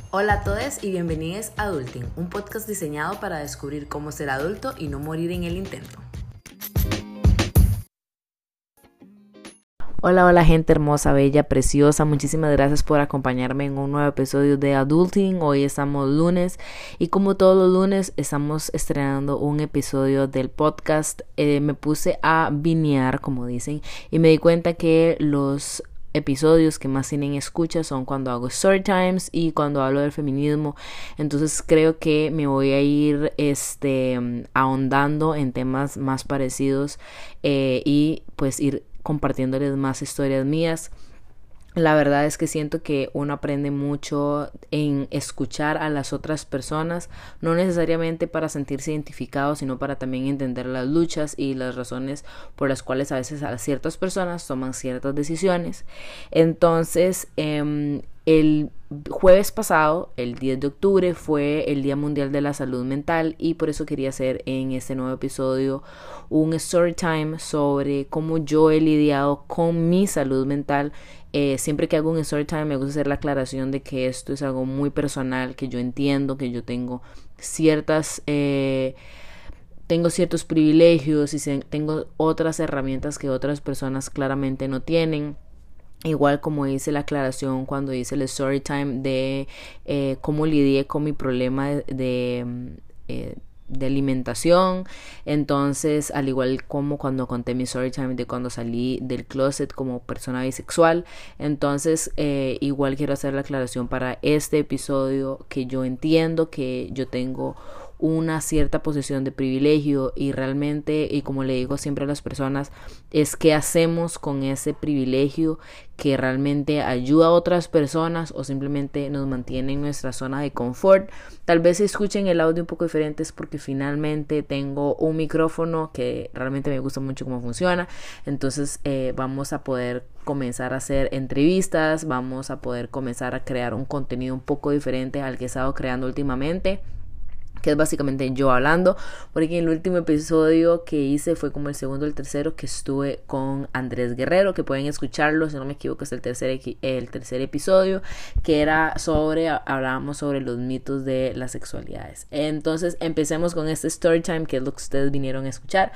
Hola a todos y bienvenidos a Adulting, un podcast diseñado para descubrir cómo ser adulto y no morir en el intento. Hola gente hermosa, bella, preciosa, muchísimas gracias por acompañarme en un nuevo episodio de Adulting. Hoy estamos lunes y como todos los lunes estamos estrenando un episodio del podcast. Me puse a vinear, como dicen, y me di cuenta que los episodios que más tienen escuchas son cuando hago story times y cuando hablo del feminismo. Entonces creo que me voy a ir ahondando en temas más parecidos y pues ir compartiéndoles más historias mías. La verdad es que siento que uno aprende mucho en escuchar a las otras personas, no necesariamente para sentirse identificado, sino para también entender las luchas y las razones por las cuales a veces a ciertas personas toman ciertas decisiones. Entonces, el jueves pasado, el 10 de octubre, fue el Día Mundial de la Salud Mental y por eso quería hacer en este nuevo episodio un story time sobre cómo yo he lidiado con mi salud mental. Siempre que hago un story time me gusta hacer la aclaración de que esto es algo muy personal, que yo entiendo, que yo tengo ciertos privilegios y tengo otras herramientas que otras personas claramente no tienen. Igual como hice la aclaración cuando hice el story time de cómo lidié con mi problema de alimentación. Entonces, al igual como cuando conté mi story time de cuando salí del closet como persona bisexual, entonces igual quiero hacer la aclaración para este episodio, que yo entiendo que yo tengo una cierta posición de privilegio y realmente, y como le digo siempre a las personas, es qué hacemos con ese privilegio que realmente ayuda a otras personas o simplemente nos mantiene en nuestra zona de confort. Tal vez escuchen el audio un poco diferente, es porque finalmente tengo un micrófono que realmente me gusta mucho cómo funciona. Entonces vamos a poder comenzar a hacer entrevistas, vamos a poder comenzar a crear un contenido un poco diferente al que he estado creando últimamente, que es básicamente yo hablando, porque en el último episodio que hice fue como el segundo o el tercero, que estuve con Andrés Guerrero, que pueden escucharlo, si no me equivoco es el tercer episodio, que era hablábamos sobre los mitos de las sexualidades. Entonces empecemos con este story time, que es lo que ustedes vinieron a escuchar.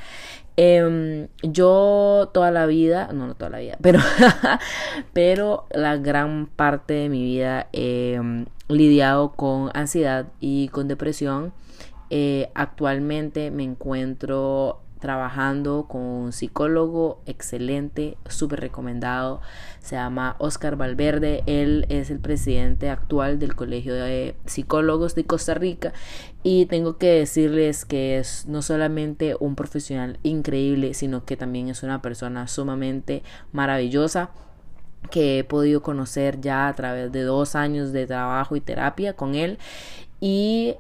Yo toda la vida, no toda la vida, pero la gran parte de mi vida lidiado con ansiedad y con depresión. Actualmente me encuentro trabajando con un psicólogo excelente, súper recomendado, se llama Oscar Valverde. Él es el presidente actual del Colegio de Psicólogos de Costa Rica y tengo que decirles que es no solamente un profesional increíble, sino que también es una persona sumamente maravillosa, que he podido conocer ya a través de 2 años de trabajo y terapia con él. Y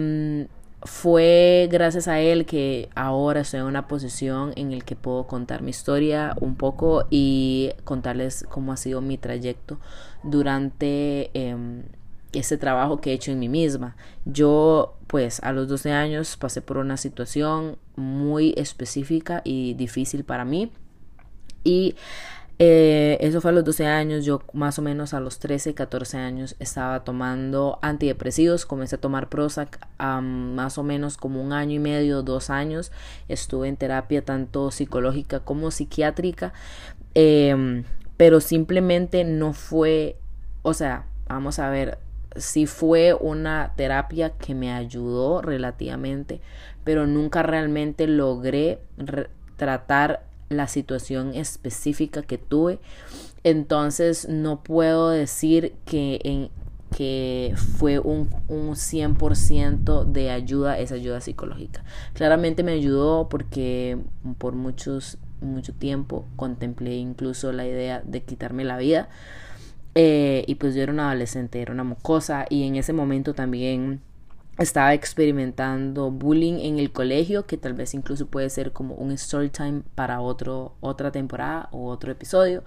fue gracias a él que ahora estoy en una posición en el que puedo contar mi historia un poco y contarles cómo ha sido mi trayecto durante ese trabajo que he hecho en mí misma. Yo pues a los 12 años pasé por una situación muy específica y difícil para mí, y eso fue a los 12 años. Yo más o menos a los 13, 14 años estaba tomando antidepresivos. Comencé a tomar Prozac más o menos como 1 año y medio, 2 años. Estuve en terapia tanto psicológica como psiquiátrica, pero simplemente no fue, o sea, vamos a ver, sí fue una terapia que me ayudó relativamente, pero nunca realmente logré tratar la situación específica que tuve. Entonces no puedo decir que fue un 100% de ayuda, esa ayuda psicológica. Claramente me ayudó porque por mucho tiempo contemplé incluso la idea de quitarme la vida, y pues yo era una adolescente, era una mocosa, y en ese momento también estaba experimentando bullying en el colegio, que tal vez incluso puede ser como un story time para otra temporada o otro episodio.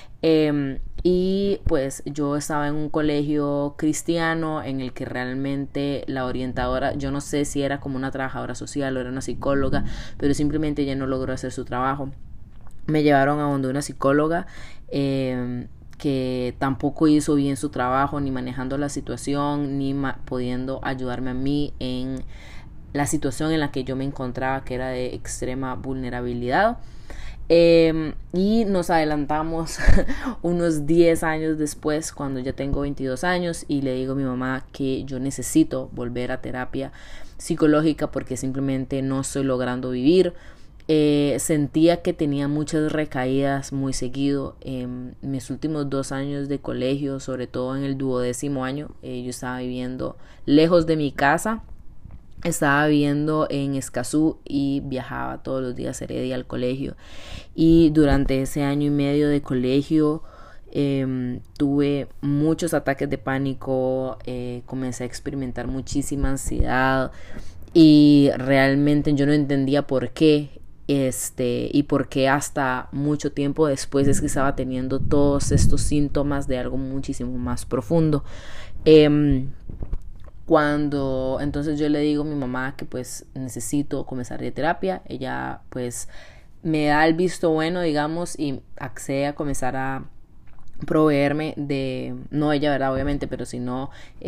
Y pues yo estaba en un colegio cristiano en el que realmente la orientadora, yo no sé si era como una trabajadora social o era una psicóloga, pero simplemente ella no logró hacer su trabajo. Me llevaron a donde una psicóloga que tampoco hizo bien su trabajo, ni manejando la situación, ni pudiendo ayudarme a mí en la situación en la que yo me encontraba, que era de extrema vulnerabilidad. Y nos adelantamos unos 10 años después, cuando ya tengo 22 años, y le digo a mi mamá que yo necesito volver a terapia psicológica porque simplemente no estoy logrando vivir. Sentía que tenía muchas recaídas muy seguido. En mis últimos 2 años de colegio, sobre todo en el 12º año, yo estaba viviendo lejos de mi casa. Estaba viviendo en Escazú y viajaba todos los días a Heredia al colegio. Y durante ese año y medio de colegio tuve muchos ataques de pánico, comencé a experimentar muchísima ansiedad y realmente yo no entendía por qué. Y por qué hasta mucho tiempo después es que estaba teniendo todos estos síntomas de algo muchísimo más profundo. Cuando entonces yo le digo a mi mamá que pues necesito comenzar de terapia, ella pues me da el visto bueno, digamos, y accede a comenzar a proveerme de, no ella, verdad, obviamente, pero si no,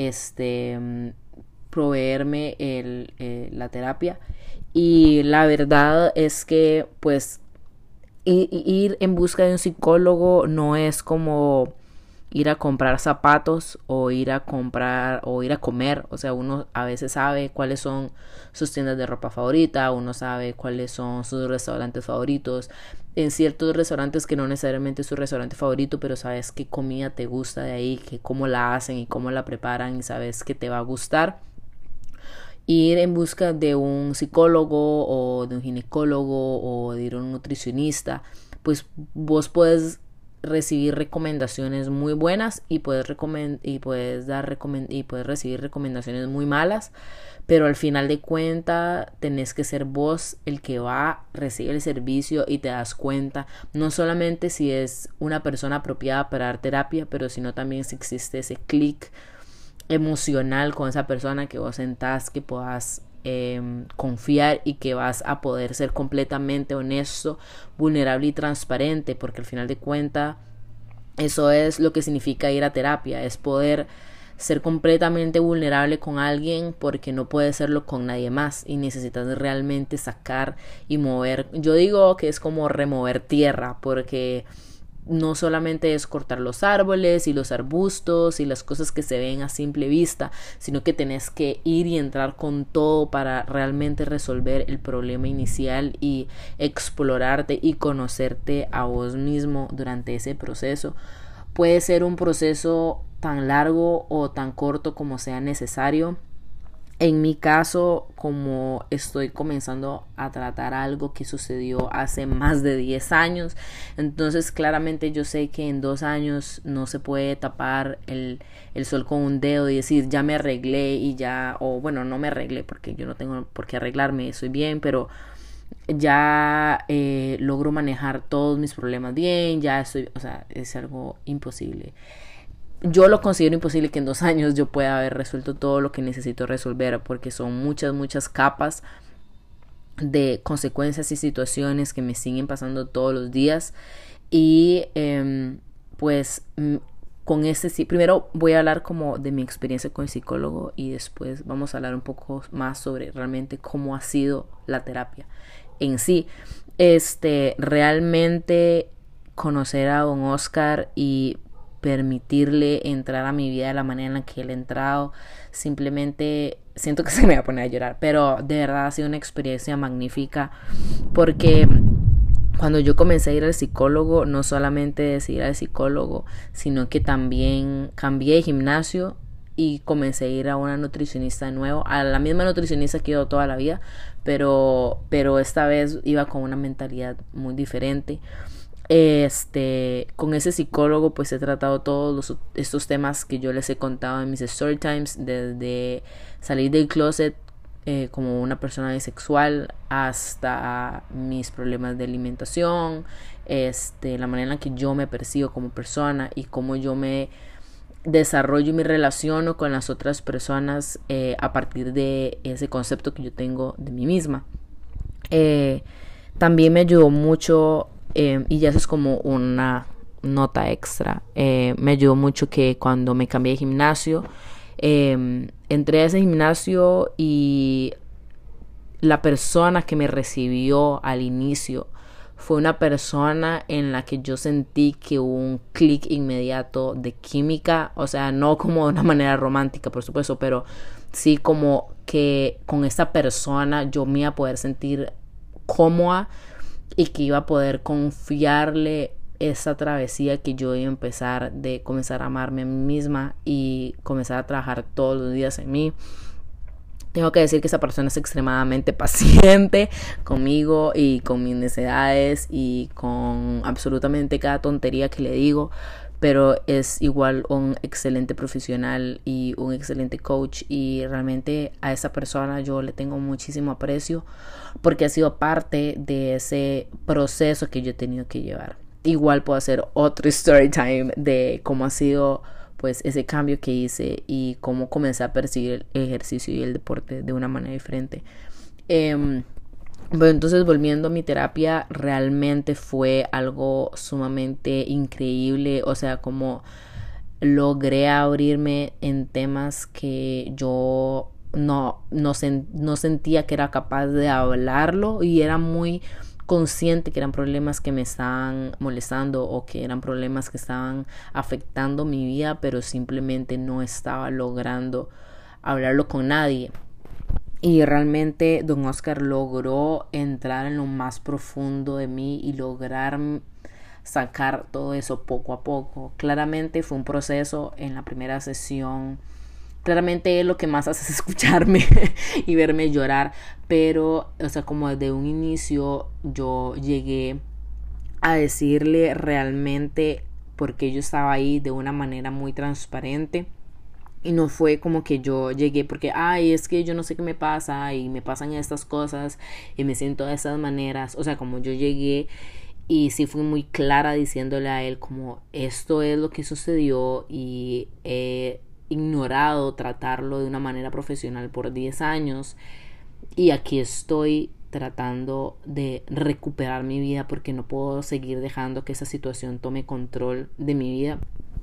proveerme la terapia. Y la verdad es que pues ir en busca de un psicólogo no es como ir a comprar zapatos o ir a comer. O sea, uno a veces sabe cuáles son sus tiendas de ropa favorita, uno sabe cuáles son sus restaurantes favoritos. En ciertos restaurantes que no necesariamente es su restaurante favorito, pero sabes qué comida te gusta de ahí, que cómo la hacen y cómo la preparan y sabes que te va a gustar. Ir en busca de un psicólogo o de un ginecólogo o de ir a un nutricionista, pues vos puedes recibir recomendaciones muy buenas y puedes recibir recomendaciones muy malas, pero al final de cuentas tenés que ser vos el que va a recibir el servicio y te das cuenta no solamente si es una persona apropiada para dar terapia, pero sino también si existe ese clic emocional con esa persona que vos sentás que puedas confiar y que vas a poder ser completamente honesto, vulnerable y transparente, porque al final de cuentas eso es lo que significa ir a terapia, es poder ser completamente vulnerable con alguien porque no puedes serlo con nadie más y necesitas realmente sacar y mover. Yo digo que es como remover tierra, porque no solamente es cortar los árboles y los arbustos y las cosas que se ven a simple vista, sino que tenés que ir y entrar con todo para realmente resolver el problema inicial y explorarte y conocerte a vos mismo durante ese proceso. Puede ser un proceso tan largo o tan corto como sea necesario. En mi caso, como estoy comenzando a tratar algo que sucedió hace más de 10 años, entonces claramente yo sé que en 2 años no se puede tapar el sol con un dedo y decir ya me arreglé y ya, o bueno, no me arreglé porque yo no tengo por qué arreglarme, estoy bien, pero ya logro manejar todos mis problemas bien, ya estoy, o sea, es algo imposible. Yo lo considero imposible que en 2 años yo pueda haber resuelto todo lo que necesito resolver, porque son muchas capas de consecuencias y situaciones que me siguen pasando todos los días. Y pues con primero voy a hablar como de mi experiencia con el psicólogo y después vamos a hablar un poco más sobre realmente cómo ha sido la terapia en sí. Realmente conocer a don Oscar y permitirle entrar a mi vida de la manera en la que él ha entrado, simplemente siento que se me va a poner a llorar, pero de verdad ha sido una experiencia magnífica, porque cuando yo comencé a ir al psicólogo, no solamente es ir al psicólogo, sino que también cambié de gimnasio y comencé a ir a una nutricionista de nuevo, a la misma nutricionista que he ido toda la vida, pero esta vez iba con una mentalidad muy diferente. Con ese psicólogo pues he tratado todos estos temas que yo les he contado en mis story times, desde salir del closet como una persona bisexual hasta mis problemas de alimentación, la manera en la que yo me percibo como persona y cómo yo me desarrollo y me relaciono con las otras personas a partir de ese concepto que yo tengo de mí misma. También me ayudó mucho y ya eso es como una nota extra. Me ayudó mucho que cuando me cambié de gimnasio, entré a ese gimnasio y la persona que me recibió al inicio fue una persona en la que yo sentí que hubo un clic inmediato de química, o sea, no como de una manera romántica, por supuesto, pero sí como que con esa persona yo me iba a poder sentir cómoda y que iba a poder confiarle esa travesía que yo iba a empezar, de comenzar a amarme a mí misma y comenzar a trabajar todos los días en mí. Tengo que decir que esa persona es extremadamente paciente conmigo y con mis necesidades y con absolutamente cada tontería que le digo, pero es igual un excelente profesional y un excelente coach, y realmente a esa persona yo le tengo muchísimo aprecio porque ha sido parte de ese proceso que yo he tenido que llevar. Igual puedo hacer otro story time de cómo ha sido pues ese cambio que hice y cómo comencé a percibir el ejercicio y el deporte de una manera diferente. Bueno, entonces volviendo a mi terapia, realmente fue algo sumamente increíble, o sea, como logré abrirme en temas que yo no sentía que era capaz de hablarlo, y era muy consciente que eran problemas que me estaban molestando o que eran problemas que estaban afectando mi vida, pero simplemente no estaba logrando hablarlo con nadie. Y realmente don Oscar logró entrar en lo más profundo de mí y lograr sacar todo eso poco a poco. Claramente fue un proceso. En la primera sesión, claramente lo que más hace es escucharme y verme llorar, pero, o sea, como desde un inicio yo llegué a decirle realmente porque yo estaba ahí de una manera muy transparente. Y no fue como que yo llegué porque, ay, es que yo no sé qué me pasa y me pasan estas cosas y me siento de estas maneras. O sea, como yo llegué y sí fui muy clara diciéndole a él como esto es lo que sucedió y he ignorado tratarlo de una manera profesional por 10 años y aquí estoy tratando de recuperar mi vida porque no puedo seguir dejando que esa situación tome control de mi vida.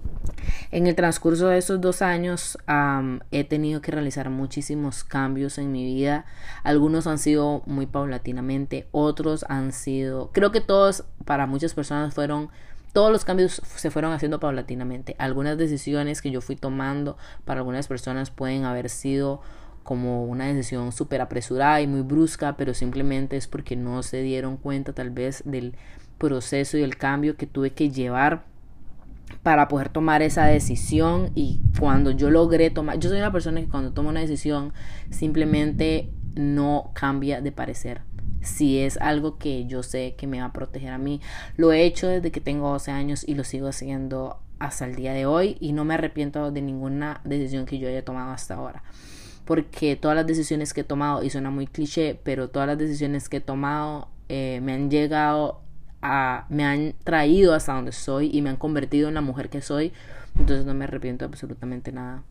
En el transcurso de esos 2 años he tenido que realizar muchísimos cambios en mi vida. Algunos han sido muy paulatinamente, otros han sido, creo que todos, para muchas personas todos los cambios se fueron haciendo paulatinamente. Algunas decisiones que yo fui tomando para algunas personas pueden haber sido como una decisión súper apresurada y muy brusca, pero simplemente es porque no se dieron cuenta tal vez del proceso y el cambio que tuve que llevar para poder tomar esa decisión. Y cuando yo logré tomar, yo soy una persona que cuando tomo una decisión simplemente no cambia de parecer. Si es algo que yo sé que me va a proteger a mí, lo he hecho desde que tengo 12 años y lo sigo haciendo hasta el día de hoy, y no me arrepiento de ninguna decisión que yo haya tomado hasta ahora, porque todas las decisiones que he tomado, y suena muy cliché, pero todas las decisiones que he tomado me han traído hasta donde soy y me han convertido en la mujer que soy. Entonces no me arrepiento de absolutamente nada.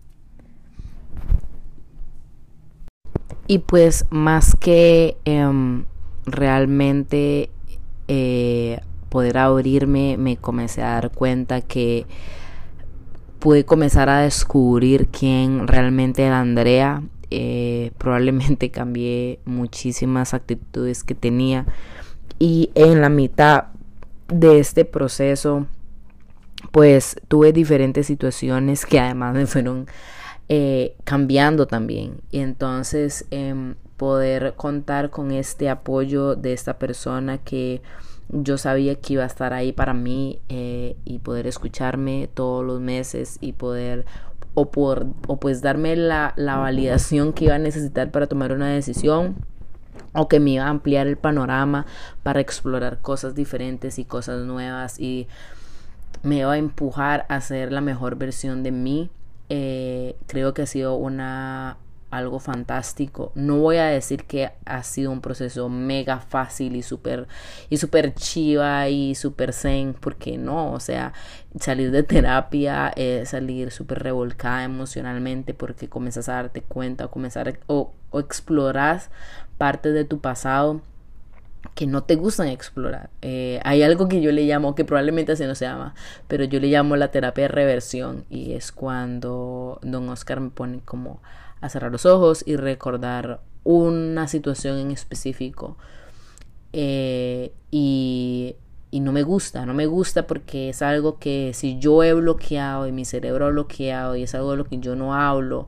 Y pues más que realmente poder abrirme, me comencé a dar cuenta que pude comenzar a descubrir quién realmente era Andrea. Probablemente cambié muchísimas actitudes que tenía, y en la mitad de este proceso pues tuve diferentes situaciones que además me fueron cambiando también. Y entonces poder contar con este apoyo de esta persona que yo sabía que iba a estar ahí para mí, y poder escucharme todos los meses y poder o pues darme la validación que iba a necesitar para tomar una decisión, o que me iba a ampliar el panorama para explorar cosas diferentes y cosas nuevas, y me iba a empujar a ser la mejor versión de mí. Creo que ha sido algo fantástico. No voy a decir que ha sido un proceso mega fácil y súper chiva y súper zen, porque no, o sea, salir de terapia es salir súper revolcada emocionalmente, porque comienzas a darte cuenta o exploras partes de tu pasado que no te gustan explorar. Hay algo que yo le llamo, que probablemente así no se llama, pero yo le llamo la terapia de reversión, y es cuando don Oscar me pone como a cerrar los ojos y recordar una situación en específico, y no me gusta porque es algo que si yo he bloqueado y mi cerebro ha bloqueado y es algo de lo que yo no hablo,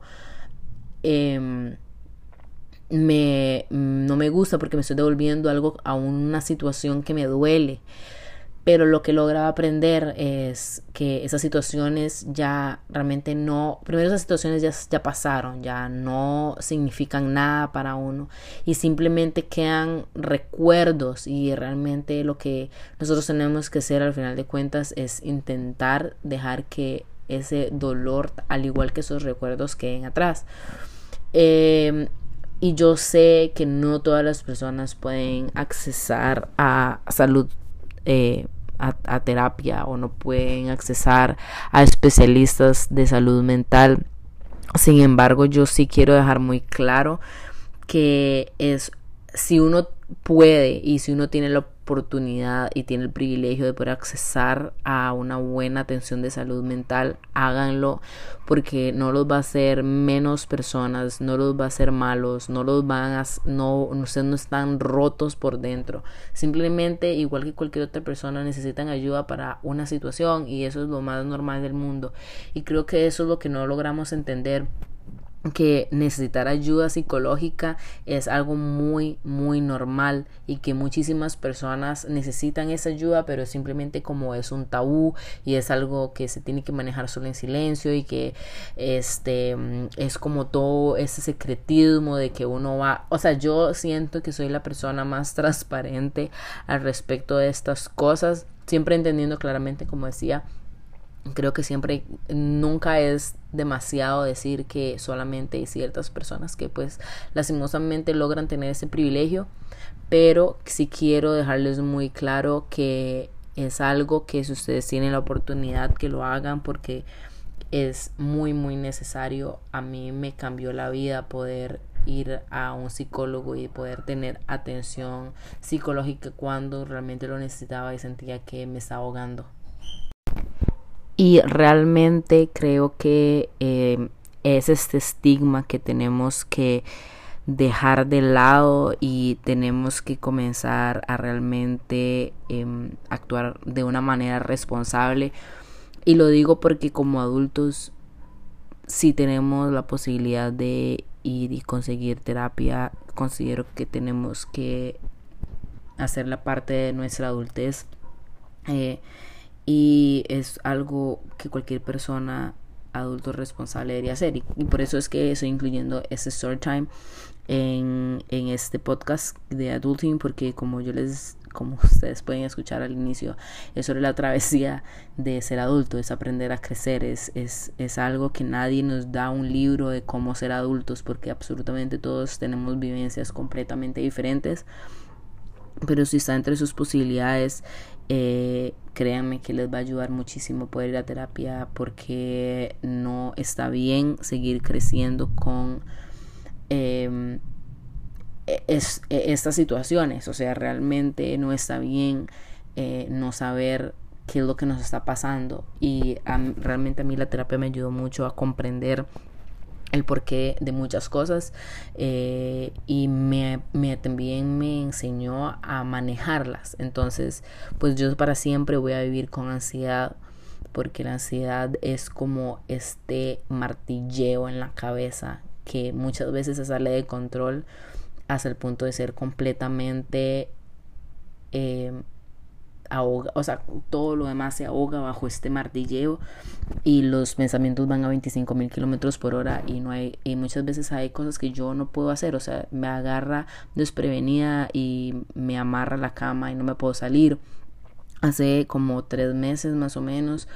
no me gusta porque me estoy devolviendo algo a una situación que me duele. Pero lo que lograba aprender es que esas situaciones ya realmente no, primero esas situaciones ya pasaron, ya no significan nada para uno y simplemente quedan recuerdos, y realmente lo que nosotros tenemos que hacer al final de cuentas es intentar dejar que ese dolor, al igual que esos recuerdos, queden atrás. Y yo sé que no todas las personas pueden accesar a salud, a terapia, o no pueden accesar a especialistas de salud mental. Sin embargo, yo sí quiero dejar muy claro que si uno puede y si uno tiene la oportunidad y tiene el privilegio de poder accesar a una buena atención de salud mental, háganlo, porque no los va a hacer menos personas, no los va a hacer malos, ustedes no están rotos por dentro, simplemente igual que cualquier otra persona necesitan ayuda para una situación, y eso es lo más normal del mundo. Y creo que eso es lo que no logramos entender, que necesitar ayuda psicológica es algo muy muy normal, y que muchísimas personas necesitan esa ayuda, pero simplemente como es un tabú y es algo que se tiene que manejar solo en silencio, y que es como todo ese secretismo de que uno va, o sea, yo siento que soy la persona más transparente al respecto de estas cosas, siempre entendiendo claramente, como decía. Creo que nunca es demasiado decir que solamente hay ciertas personas que pues lastimosamente logran tener ese privilegio, pero sí quiero dejarles muy claro que es algo que si ustedes tienen la oportunidad, que lo hagan, porque es muy muy necesario. A mí me cambió la vida poder ir a un psicólogo y poder tener atención psicológica cuando realmente lo necesitaba y sentía que me estaba ahogando. Y realmente creo que es este estigma que tenemos que dejar de lado, y tenemos que comenzar a realmente actuar de una manera responsable. Y lo digo porque como adultos, si tenemos la posibilidad de ir y conseguir terapia, considero que tenemos que hacerla parte de nuestra adultez. Y es algo que cualquier persona adulto responsable debería hacer, y por eso es que estoy incluyendo este story time en este podcast de adulting, porque como ustedes pueden escuchar al inicio, es sobre la travesía de ser adulto, es aprender a crecer, es algo que nadie nos da un libro de cómo ser adultos, porque absolutamente todos tenemos vivencias completamente diferentes. Pero si está entre sus posibilidades, créanme que les va a ayudar muchísimo poder ir a terapia, porque no está bien seguir creciendo con estas situaciones. O sea, realmente no está bien no saber qué es lo que nos está pasando, y realmente a mí la terapia me ayudó mucho a comprender el porqué de muchas cosas, y también me enseñó a manejarlas. Entonces pues yo para siempre voy a vivir con ansiedad, porque la ansiedad es como este martilleo en la cabeza que muchas veces se sale de control hasta el punto de ser completamente ahoga, o sea, todo lo demás se ahoga bajo este martilleo, y los pensamientos van a 25,000 kilómetros por hora, y muchas veces hay cosas que yo no puedo hacer. O sea, me agarra desprevenida y me amarra la cama y no me puedo salir. Hace como 3 meses más o menos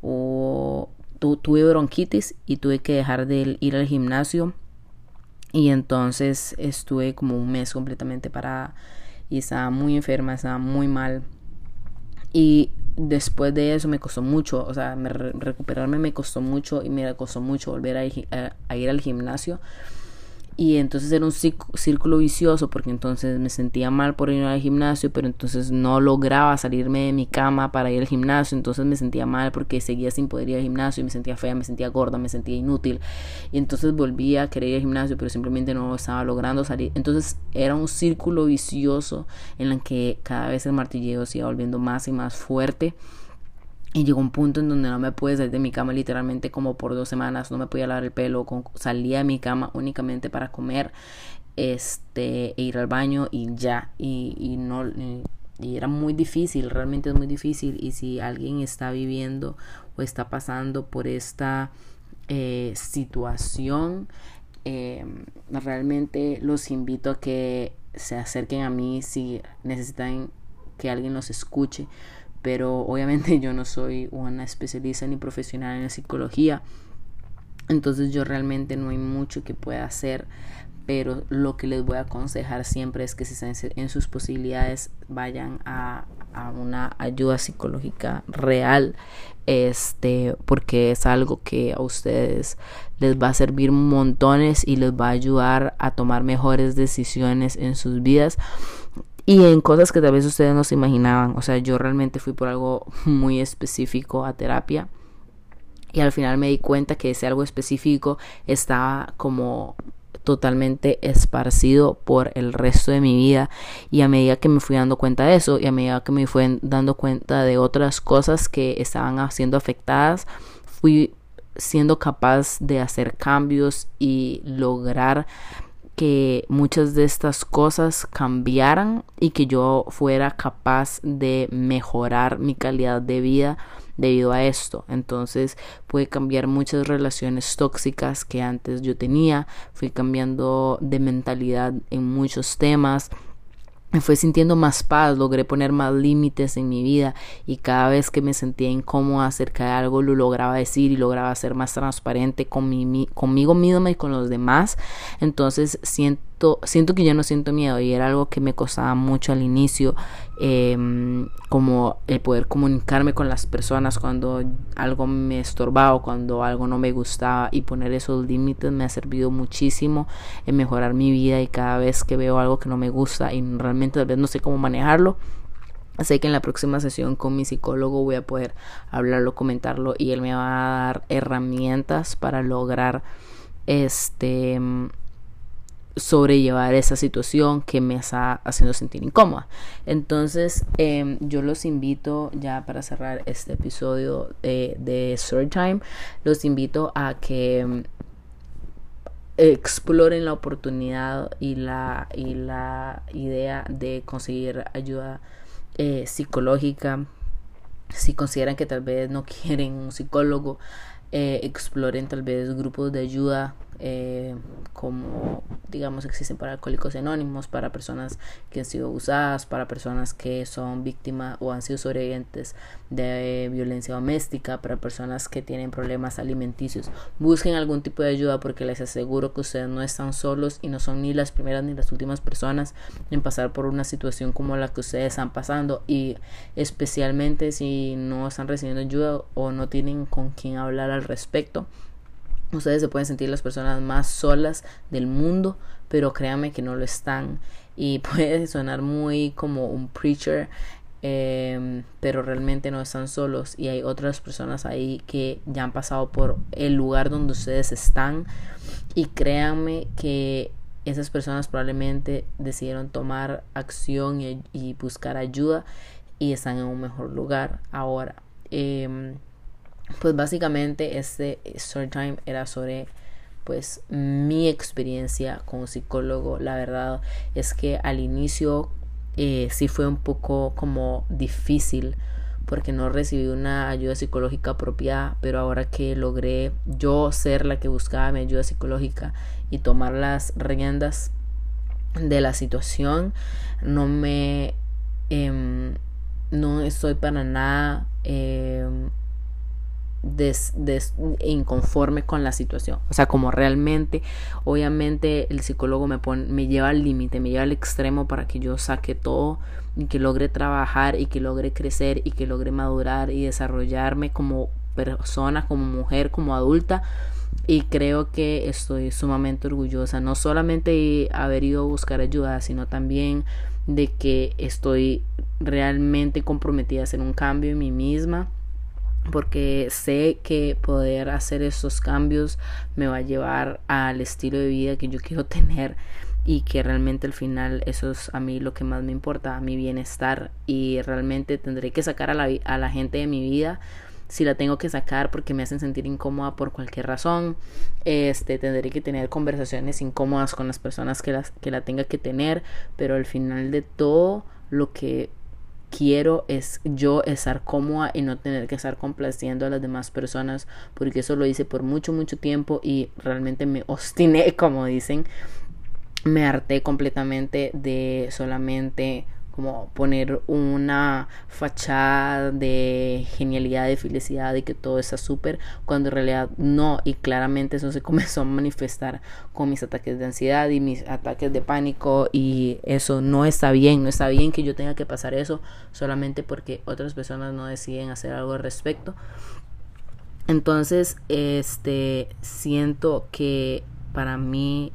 tuve bronquitis y tuve que dejar de ir al gimnasio, y entonces estuve como un mes completamente parada y estaba muy enferma, estaba muy mal. Y después de eso me costó mucho, o sea, recuperarme me costó mucho, y me costó mucho volver a ir al gimnasio. Y entonces era un círculo vicioso, porque entonces me sentía mal por ir al gimnasio, pero entonces no lograba salirme de mi cama para ir al gimnasio. Entonces me sentía mal porque seguía sin poder ir al gimnasio, y me sentía fea, me sentía gorda, me sentía inútil. Y entonces volvía a querer ir al gimnasio, pero simplemente no estaba logrando salir. Entonces era un círculo vicioso en el que cada vez el martilleo se iba volviendo más y más fuerte. Y llegó un punto en donde no me pude salir de mi cama literalmente como por 2 semanas. No me podía lavar el pelo. Salía de mi cama únicamente para comer, e ir al baño y ya. Y era muy difícil, realmente es muy difícil. Y si alguien está viviendo o está pasando por esta situación, realmente los invito a que se acerquen a mí si necesitan que alguien los escuche. Pero obviamente yo no soy una especialista ni profesional en la psicología, entonces yo realmente no hay mucho que pueda hacer. Pero lo que les voy a aconsejar siempre es que si están en sus posibilidades, vayan a una ayuda psicológica real, porque es algo que a ustedes les va a servir montones y les va a ayudar a tomar mejores decisiones en sus vidas y en cosas que tal vez ustedes no se imaginaban. O sea, yo realmente fui por algo muy específico a terapia, y al final me di cuenta que ese algo específico estaba como totalmente esparcido por el resto de mi vida. Y a medida que me fui dando cuenta de eso, y a medida que me fui dando cuenta de otras cosas que estaban siendo afectadas, fui siendo capaz de hacer cambios y lograr que muchas de estas cosas cambiaran y que yo fuera capaz de mejorar mi calidad de vida debido a esto. Entonces pude cambiar muchas relaciones tóxicas que antes yo tenía, fui cambiando de mentalidad en muchos temas, me fui sintiendo más paz, logré poner más límites en mi vida, y cada vez que me sentía incómoda acerca de algo lo lograba decir y lograba ser más transparente conmigo misma y con los demás. Entonces siento que ya no siento miedo, y era algo que me costaba mucho al inicio, como el poder comunicarme con las personas cuando algo me estorbaba o cuando algo no me gustaba, y poner esos límites me ha servido muchísimo en mejorar mi vida. Y cada vez que veo algo que no me gusta y realmente tal vez no sé cómo manejarlo, sé que en la próxima sesión con mi psicólogo voy a poder hablarlo, comentarlo, y él me va a dar herramientas para lograr sobrellevar esa situación que me está haciendo sentir incómoda. Entonces yo los invito, ya para cerrar este episodio de Storytime, los invito a que exploren la oportunidad y la idea de conseguir ayuda psicológica. Si consideran que tal vez no quieren un psicólogo, exploren tal vez grupos de ayuda, como digamos existen para alcohólicos anónimos, para personas que han sido abusadas, para personas que son víctimas o han sido sobrevivientes de violencia doméstica, para personas que tienen problemas alimenticios. Busquen algún tipo de ayuda, porque les aseguro que ustedes no están solos y no son ni las primeras ni las últimas personas en pasar por una situación como la que ustedes están pasando, y especialmente si no están recibiendo ayuda o no tienen con quién hablar al respecto. Ustedes se pueden sentir las personas más solas del mundo, pero créanme que no lo están. Y puede sonar muy como un preacher, pero realmente no están solos, y hay otras personas ahí que ya han pasado por el lugar donde ustedes están, y créanme que esas personas probablemente decidieron tomar acción y buscar ayuda, y están en un mejor lugar ahora. Pues básicamente este Storytime era sobre pues mi experiencia con un psicólogo. La verdad es que al inicio sí fue un poco como difícil, porque no recibí una ayuda psicológica apropiada, pero ahora que logré yo ser la que buscaba mi ayuda psicológica y tomar las riendas de la situación, no estoy para nada inconforme con la situación. O sea, como realmente, obviamente el psicólogo me lleva al límite, me lleva al extremo para que yo saque todo y que logre trabajar y que logre crecer y que logre madurar y desarrollarme como persona, como mujer, como adulta. Y creo que estoy sumamente orgullosa, no solamente de haber ido a buscar ayuda, sino también de que estoy realmente comprometida a hacer un cambio en mí misma, porque sé que poder hacer estos cambios me va a llevar al estilo de vida que yo quiero tener, y que realmente al final eso es a mí lo que más me importa, mi bienestar. Y realmente tendré que sacar a la gente de mi vida si la tengo que sacar porque me hacen sentir incómoda por cualquier razón. Tendré que tener conversaciones incómodas con las personas que la tenga que tener, pero al final de todo lo que quiero es yo estar cómoda y no tener que estar complaciendo a las demás personas, porque eso lo hice por mucho tiempo y realmente me obstiné, como dicen. Me harté completamente de solamente como poner una fachada de genialidad, de felicidad, de que todo está súper, cuando en realidad no. Y claramente eso se comenzó a manifestar con mis ataques de ansiedad y mis ataques de pánico, y eso no está bien. No está bien que yo tenga que pasar eso solamente porque otras personas no deciden hacer algo al respecto. Entonces siento que para mí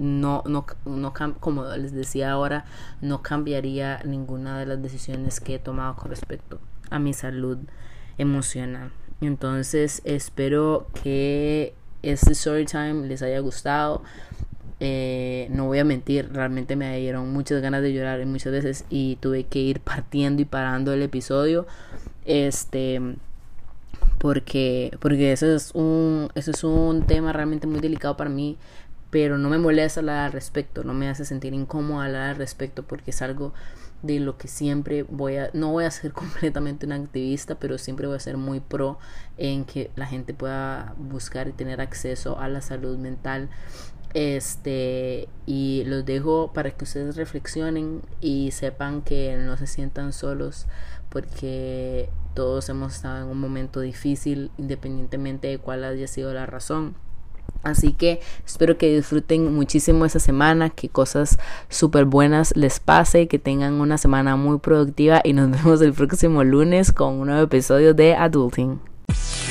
como les decía ahora, no cambiaría ninguna de las decisiones que he tomado con respecto a mi salud emocional. Entonces espero que este story time les haya gustado. No voy a mentir, realmente me dieron muchas ganas de llorar muchas veces y tuve que ir partiendo y parando el episodio, porque eso es un tema realmente muy delicado para mí, pero no me molesta hablar al respecto, no me hace sentir incómoda hablar al respecto, porque es algo de lo que siempre no voy a ser completamente una activista, pero siempre voy a ser muy pro en que la gente pueda buscar y tener acceso a la salud mental. Y los dejo para que ustedes reflexionen y sepan que no se sientan solos, porque todos hemos estado en un momento difícil, independientemente de cuál haya sido la razón. Así que espero que disfruten muchísimo esa semana, que cosas súper buenas les pase, que tengan una semana muy productiva, y nos vemos el próximo lunes con un nuevo episodio de Adulting.